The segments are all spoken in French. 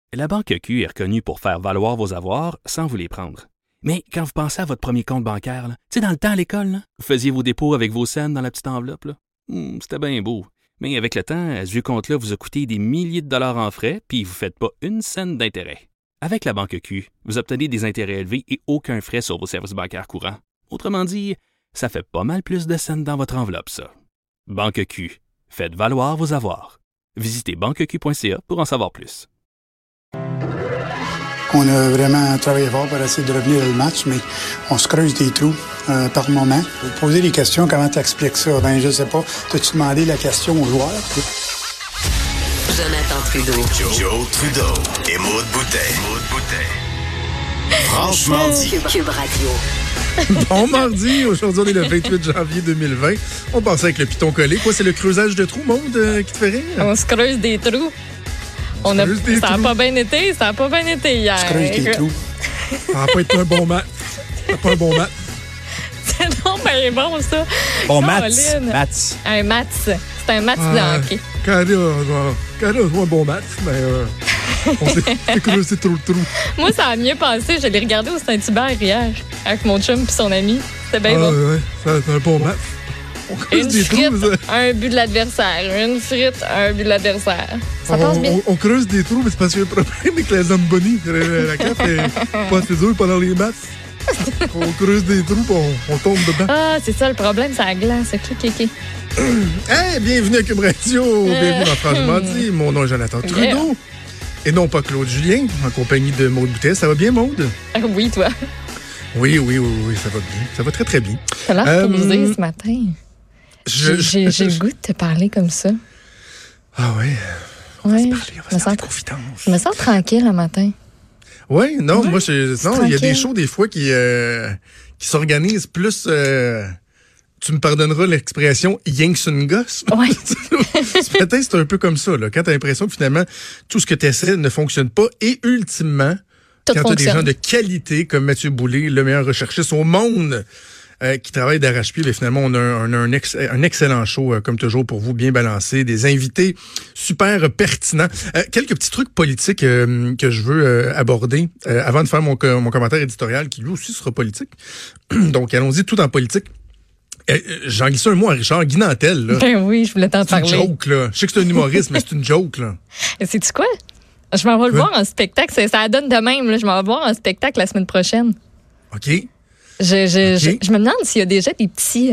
La Banque Q est reconnue pour faire valoir vos avoirs sans vous les prendre. Mais quand vous pensez à votre premier compte bancaire, tu sais, dans le temps à l'école, là, vous faisiez vos dépôts avec vos scènes dans la petite enveloppe. Là. C'était bien beau. Mais avec le temps, ce vieux compte-là vous a coûté des milliers de dollars en frais, puis vous ne faites pas une scène d'intérêt. Avec la Banque Q, vous obtenez des intérêts élevés et aucun frais sur vos services bancaires courants. Autrement dit, ça fait pas mal plus de scènes dans votre enveloppe, ça. Banque Q. Faites valoir vos avoirs. Visitez banqueq.ca pour en savoir plus. On a vraiment travaillé fort pour essayer de revenir dans le match, mais on se creuse des trous par moment. Vous posez des questions, comment tu expliques ça? Ben, je sais pas. T'as-tu demandé la question aux joueurs? Jonathan Trudeau. Joe Trudeau et Maude Boutet. Franchement dit. Cube Radio. Bon mardi, aujourd'hui on est le 28 janvier 2020. On passe avec le piton collé. Quoi, c'est le creusage de trous, Maude, qui te fait rire? On se creuse des trous. Ça n'a pas bien été, hier. On se creuse des trous. Ça n'a pas été un bon match. Pas un bon match. C'est non, ben bon, ça. Bon, Caroline. Mats. Un match. C'est un match de hockey. Quand un bon match, mais on s'est creusé trop le trou. Moi, ça a mieux passé. Je l'ai regardé au Saint-Hubert hier avec mon chum et son ami. C'était bien bon. Ouais, c'est un bon match. On creuse Une des frite, trous. un but de l'adversaire. Une frite, un but de l'adversaire. Ça passe bien. On creuse des trous, mais c'est parce qu'il y a un problème avec la Zamboni. La carte est pas assez dure pendant les matchs. On creuse des trous et on tombe dedans. Ah, c'est ça le problème, c'est la glace. Clic. Hey, bienvenue à Cube Radio. Bienvenue dans Franchement dit. Mon nom est Jonathan Trudeau. Et non pas Claude Julien, en compagnie de Maude Boutet. Ça va bien, Maude? Oui, toi. Oui, ça va bien. Ça va très, très bien. T'as l'air posé ce matin. J'ai le goût de te parler comme ça. Ah ouais? On va se parler, on va se faire des confidences. Je me sens tranquille le matin. Oui, non, moi, il y a des tranquille. shows des fois qui s'organisent plus... tu me pardonneras l'expression « rien que c'est une gosse ». Ouais. Ce matin, c'est un peu comme ça. Là, quand tu as l'impression que finalement, tout ce que tu essaies ne fonctionne pas. Et ultimement, Tout quand tu as des fonctionne. gens de qualité comme Mathieu Boulay, le meilleur recherchiste au monde, qui travaille d'arrache-pied, mais finalement, on a un excellent show, comme toujours, pour vous, bien balancé. Des invités super pertinents. Quelques petits trucs politiques que je veux aborder avant de faire mon commentaire éditorial, qui lui aussi sera politique. Donc, allons-y, tout en politique. J'en glisse un mot à Richard. Guy Nantel, là. Ben oui, je voulais t'en C'est une parler. joke, là. Je sais que c'est un humoriste, mais c'est une joke, là. Et sais-tu quoi? Je m'en vais le voir en spectacle. Ça donne de même. Là. Je m'en vais le voir en spectacle la semaine prochaine. OK? Je me demande s'il y a déjà des petits...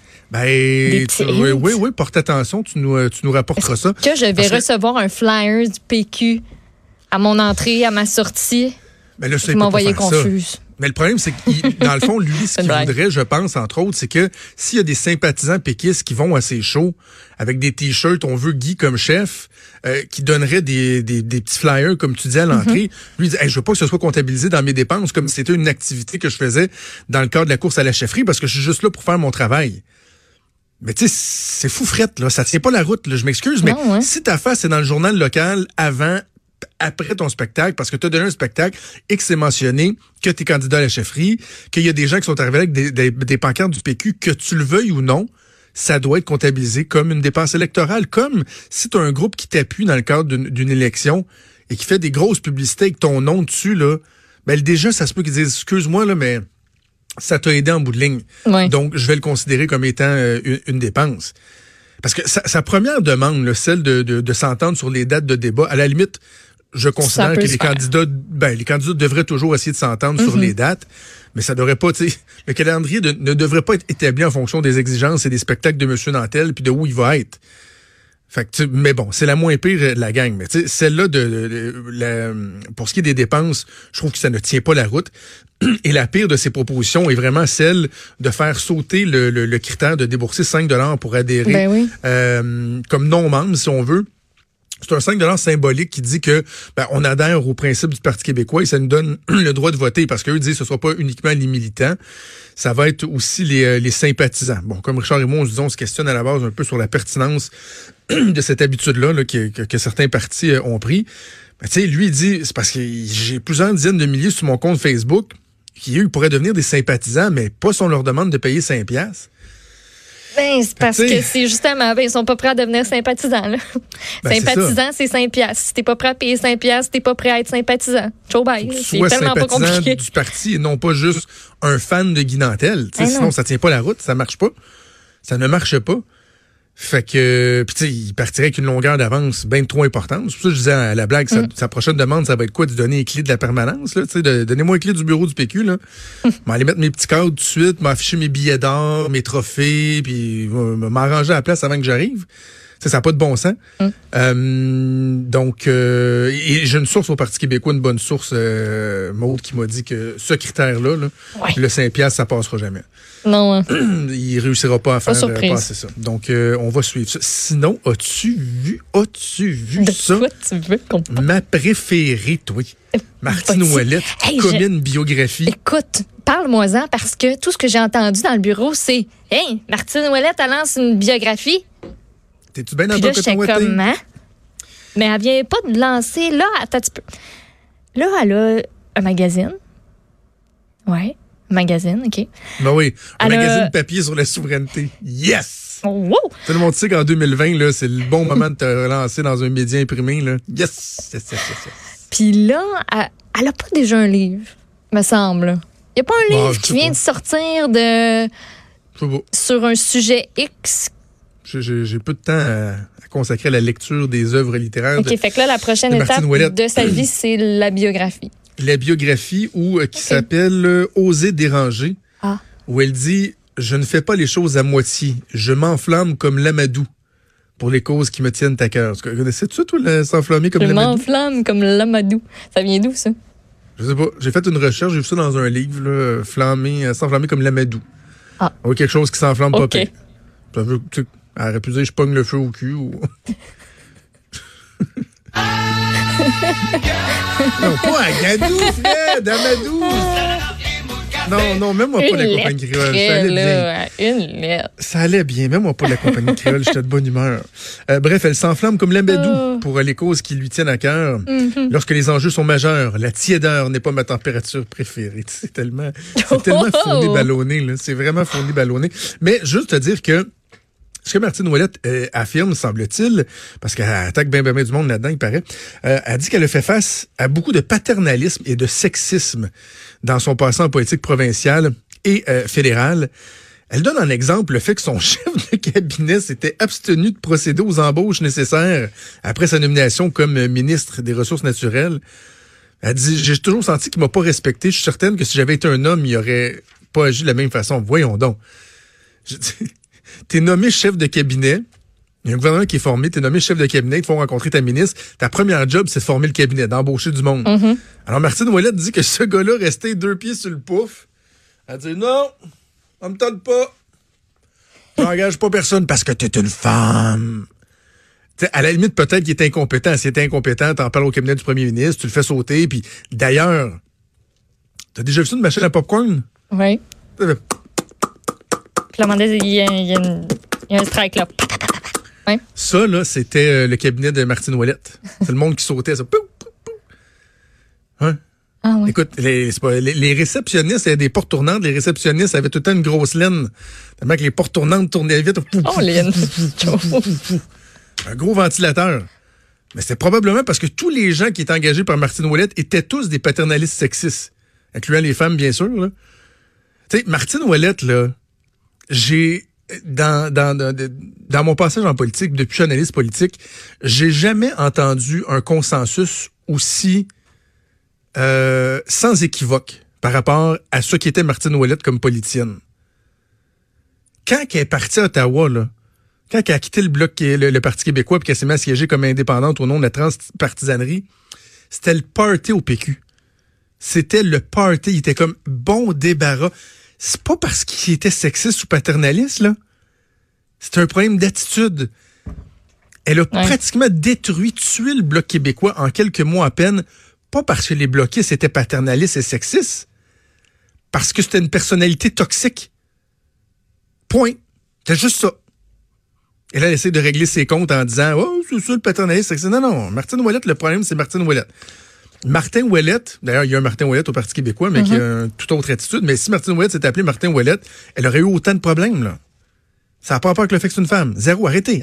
petits oui, porte attention, tu nous rapporteras ça. que je vais Parce que- recevoir un flyer du PQ à mon entrée, à ma sortie. Ben là, ça, Vous il peut pas m'envoyez faire ça. confuse. Mais le problème, c'est que, dans le fond, lui, ce C'est une qu'il blague. voudrait, je pense, entre autres, c'est que s'il y a des sympathisants péquistes qui vont à ses shows avec des t-shirts, on veut Guy comme chef, qui donnerait des petits flyers, comme tu dis, à l'entrée, lui, il dit, hey, je veux pas que ce soit comptabilisé dans mes dépenses comme si c'était une activité que je faisais dans le cadre de la course à la chefferie, parce que je suis juste là pour faire mon travail. Mais tu sais, c'est fou frette, là. Ça tient pas la route, là. Je m'excuse, mais Non, hein. si ta face est dans le journal local après ton spectacle, parce que tu as donné un spectacle et que c'est mentionné que tu es candidat à la chefferie, qu'il y a des gens qui sont arrivés avec des pancartes du PQ, que tu le veuilles ou non, ça doit être comptabilisé comme une dépense électorale. Comme si tu as un groupe qui t'appuie dans le cadre d'une élection et qui fait des grosses publicités avec ton nom dessus, là, ben déjà, ça se peut qu'ils disent, excuse-moi, là, mais ça t'a aidé en bout de ligne. Ouais. Donc, je vais le considérer comme étant une dépense. Parce que sa première demande, là, celle de s'entendre sur les dates de débat, à la limite, je considère peut que se les faire. candidats devraient toujours essayer de s'entendre sur les dates, mais ça devrait pas, tu sais, le calendrier ne devrait pas être établi en fonction des exigences et des spectacles de M. Nantel puis de où il va être. Fait que, mais bon, c'est la moins pire de la gang. Mais tu sais, celle-là, pour ce qui est des dépenses, je trouve que ça ne tient pas la route. Et la pire de ces propositions est vraiment celle de faire sauter le critère de débourser 5 $ pour adhérer Ben oui. comme non-membre, si on veut. C'est un 5 $ symbolique qui dit que on adhère au principe du Parti québécois et ça nous donne le droit de voter parce qu'eux disent que ce ne sera pas uniquement les militants, ça va être aussi les sympathisants. Bon, comme Richard et moi, on se questionne à la base un peu sur la pertinence de cette habitude-là là, que certains partis ont pris. Ben, tu sais, lui, il dit, c'est parce que j'ai plusieurs dizaines de milliers sur mon compte Facebook qui, eux, pourraient devenir des sympathisants, mais pas si on leur demande de payer 5 $. Ben, c'est parce que c'est justement, ils sont pas prêts à devenir sympathisants. Là. Sympathisant, c'est 5 piastres. Si t'es pas prêt à payer 5 piastres, t'es pas prêt à être sympathisant. Ciao, bye. C'est tellement pas compliqué. Du parti et non pas juste un fan de Guy Nantel. Sinon, ça tient pas la route, ça marche pas. Ça ne marche pas. Fait que, puis tu sais, il partirait avec une longueur d'avance bien trop importante. C'est pour ça que je disais à la blague, sa prochaine demande, ça va être quoi? De donner les clés de la permanence, là, tu sais, donnez-moi les clés du bureau du PQ, là. M'aller mettre mes petits cadres tout de suite, m'afficher mes billets d'or, mes trophées, puis m'arranger à la place avant que j'arrive. Ça n'a pas de bon sens. Donc, et j'ai une source au Parti québécois, une bonne source, Maude, qui m'a dit que ce critère-là, le 5 piastres, ça passera jamais. Non. Il réussira pas à faire passer ça. Donc, on va suivre ça. Sinon, as-tu vu ça? Quoi tu veux qu'on parle? Ma préférée, toi. Martine Ouellette, qui commet une biographie. Écoute, parle-moi-en, parce que tout ce que j'ai entendu dans le bureau, c'est « Hey, Martine Ouellette, elle lance une biographie. » T'es-tu bien dans le coton ouetté? Comment? Mais elle vient pas de lancer... Là, attends un petit peu. Là, elle a un magazine. Ouais, un magazine, OK. Ben oui, un magazine papier sur la souveraineté. Yes! Oh, wow! Tout le monde sait qu'en 2020, là, c'est le bon moment de te relancer dans un média imprimé. Là. Yes! Puis là, elle a pas déjà un livre, me semble. Il n'y a pas un livre qui vient de sortir sur un sujet X. J'ai peu de temps à consacrer à la lecture des œuvres littéraires. OK, fait que là, la prochaine étape de sa vie, c'est la biographie. La biographie qui s'appelle « Oser déranger », où elle dit « Je ne fais pas les choses à moitié. Je m'enflamme comme l'amadou pour les causes qui me tiennent à cœur. » Connaissais-tu ça, toi, s'enflammer comme l'amadou? Je m'enflamme comme l'amadou. Ça vient d'où, ça? Je sais pas. J'ai fait une recherche, j'ai vu ça dans un livre, là, s'enflammer comme l'amadou. Quelque chose qui s'enflamme pas pire. Ça veut, elle aurait pu dire je pogne le feu au cul ou. Non, pas à Gadou, Fred, Amadou. Non, même-moi pas la compagnie créole. Ça allait bien. Une lettre. Ça allait bien, même moi pas la compagnie créole, j'étais de bonne humeur. Bref, elle s'enflamme comme l'amadou pour les causes qui lui tiennent à cœur. Lorsque les enjeux sont majeurs, la tiédeur n'est pas ma température préférée. C'est tellement fourni ballonné, là. C'est vraiment fourni ballonné. Mais juste te dire que ce que Martine Ouellette affirme, semble-t-il, parce qu'elle attaque bien du monde là-dedans, il paraît, elle dit qu'elle a fait face à beaucoup de paternalisme et de sexisme dans son passé en politique provinciale et fédérale. Elle donne en exemple le fait que son chef de cabinet s'était abstenu de procéder aux embauches nécessaires après sa nomination comme ministre des Ressources naturelles. Elle dit « J'ai toujours senti qu'il m'a pas respecté. Je suis certaine que si j'avais été un homme, il aurait pas agi de la même façon. » Voyons donc. T'es nommé chef de cabinet, il y a un gouvernement qui est formé, t'es nommé chef de cabinet, ils te font rencontrer ta ministre, ta première job, c'est de former le cabinet, d'embaucher du monde. Alors Martine Ouellette dit que ce gars-là restait 2 pieds sur le pouf. Elle dit non, on me tente pas. J'engage pas personne parce que t'es une femme. T'sais, à la limite, peut-être qu'il est incompétent. S'il était incompétent, t'en parles au cabinet du premier ministre, tu le fais sauter, puis d'ailleurs, t'as déjà vu ça, une machine à popcorn? Oui. Il y a un strike là. Ouais. Ça, là, c'était le cabinet de Martine Ouellette. C'est le monde qui sautait, ça. Hein? Ah, ouais. Écoute, les réceptionnistes, il y a des portes tournantes. Les réceptionnistes avaient tout le temps une grosse laine. Tellement que les portes tournantes tournaient vite. Laine. Un gros ventilateur. Mais c'était probablement parce que tous les gens qui étaient engagés par Martine Ouellette étaient tous des paternalistes sexistes. Incluant les femmes, bien sûr, là. Tu sais, Martine Ouellette, là, j'ai dans mon passage en politique, depuis que je suis analyste politique, j'ai jamais entendu un consensus aussi sans équivoque par rapport à ce qu'était Martine Ouellette comme politicienne. Quand elle est partie à Ottawa, là, quand elle a quitté le bloc, le Parti québécois, puis qu'elle s'est mise à siéger comme indépendante au nom de la transpartisanerie, c'était le party au PQ. C'était le party. Il était comme bon débarras. C'est pas parce qu'il était sexiste ou paternaliste, là. C'est un problème d'attitude. Elle a pratiquement tué le Bloc québécois en quelques mois à peine, pas parce que les bloquistes étaient paternalistes et sexistes, parce que c'était une personnalité toxique. Point. C'est juste ça. Et là, elle essaie de régler ses comptes en disant « Oh, c'est ça le paternalisme sexiste. » Non. Martine Ouellette, le problème, c'est Martine Ouellette. Martin Ouellette, d'ailleurs, il y a un Martin Ouellette au Parti québécois, mais qui a une toute autre attitude. Mais si Martine Ouellette s'était appelée Martin Ouellette, elle aurait eu autant de problèmes, là. Ça n'a pas rapport avec le fait que c'est une femme. Zéro. Arrêtez.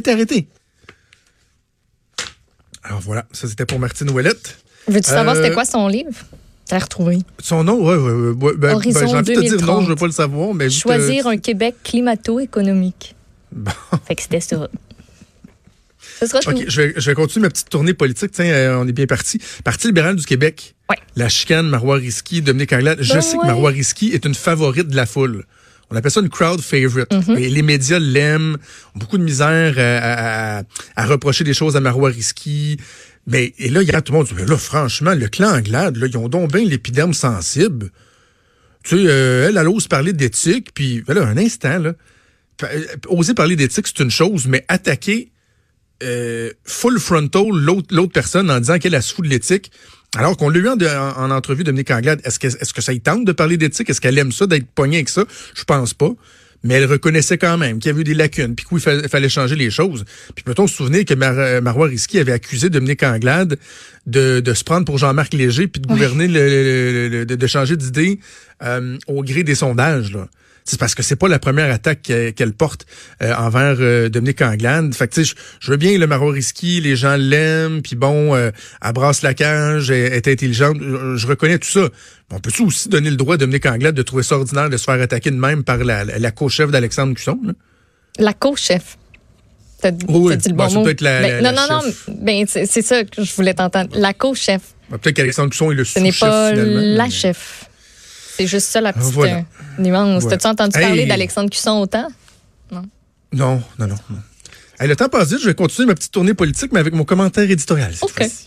Alors voilà, ça c'était pour Martine Ouellette. Veux-tu savoir c'était quoi son livre? T'as retrouvé. Son nom, oui. Horizon j'ai envie de te dire 2030. non, je ne veux pas le savoir. Mais Choisir un Québec climato-économique. Bon. Fait que c'était ça. Ce sera tout. OK, je vais continuer ma petite tournée politique. Tiens, on est bien parti. Parti libéral du Québec. Ouais. La chicane, Marois Risky, Dominique Anglade. Je sais que Marois Risky est une favorite de la foule. On appelle ça une crowd favorite. Et les médias l'aiment, ont beaucoup de misère à reprocher des choses à Marois Risky. Mais, et là, hier, tout le monde dit, mais là, franchement, le clan Anglade, là, ils ont donc bien l'épiderme sensible. Tu sais, elle ose parler d'éthique, puis là, un instant, là, oser parler d'éthique, c'est une chose, mais attaquer full frontal l'autre personne en disant qu'elle se fout de l'éthique, alors qu'on l'a eu en entrevue, Dominique Anglade, est-ce que ça y tente de parler d'éthique? Est-ce qu'elle aime ça, d'être pognée avec ça? Je pense pas. Mais elle reconnaissait quand même qu'il y avait eu des lacunes, puis qu'il fallait changer les choses. Puis peut-on se souvenir que Marois Risky avait accusé Dominique Anglade de se prendre pour Jean-Marc Léger, puis de gouverner, de changer d'idée au gré des sondages, là. C'est parce que c'est pas la première attaque qu'elle porte envers Dominique Anglade. Fait que tu sais, je veux bien le Marois Risky, les gens l'aiment, puis bon, elle brasse la cage, elle est intelligente, je reconnais tout ça. Mais on peut-tu aussi donner le droit à Dominique Anglade de trouver ça ordinaire de se faire attaquer de même par la co-chef d'Alexandre Cusson, là? La co-chef. T'as dit le bon mot. Peut-être non, ben c'est ça que je voulais t'entendre. La co-chef. Peut-être qu'Alexandre Cusson est le sous-chef, finalement. Ce n'est pas la mais... chef. C'est juste ça, la petite nuance. Voilà. T'as-tu entendu parler d'Alexandre Cusson autant? Non. Hey, le temps passe vite, je vais continuer ma petite tournée politique, mais avec mon commentaire éditorial. OK.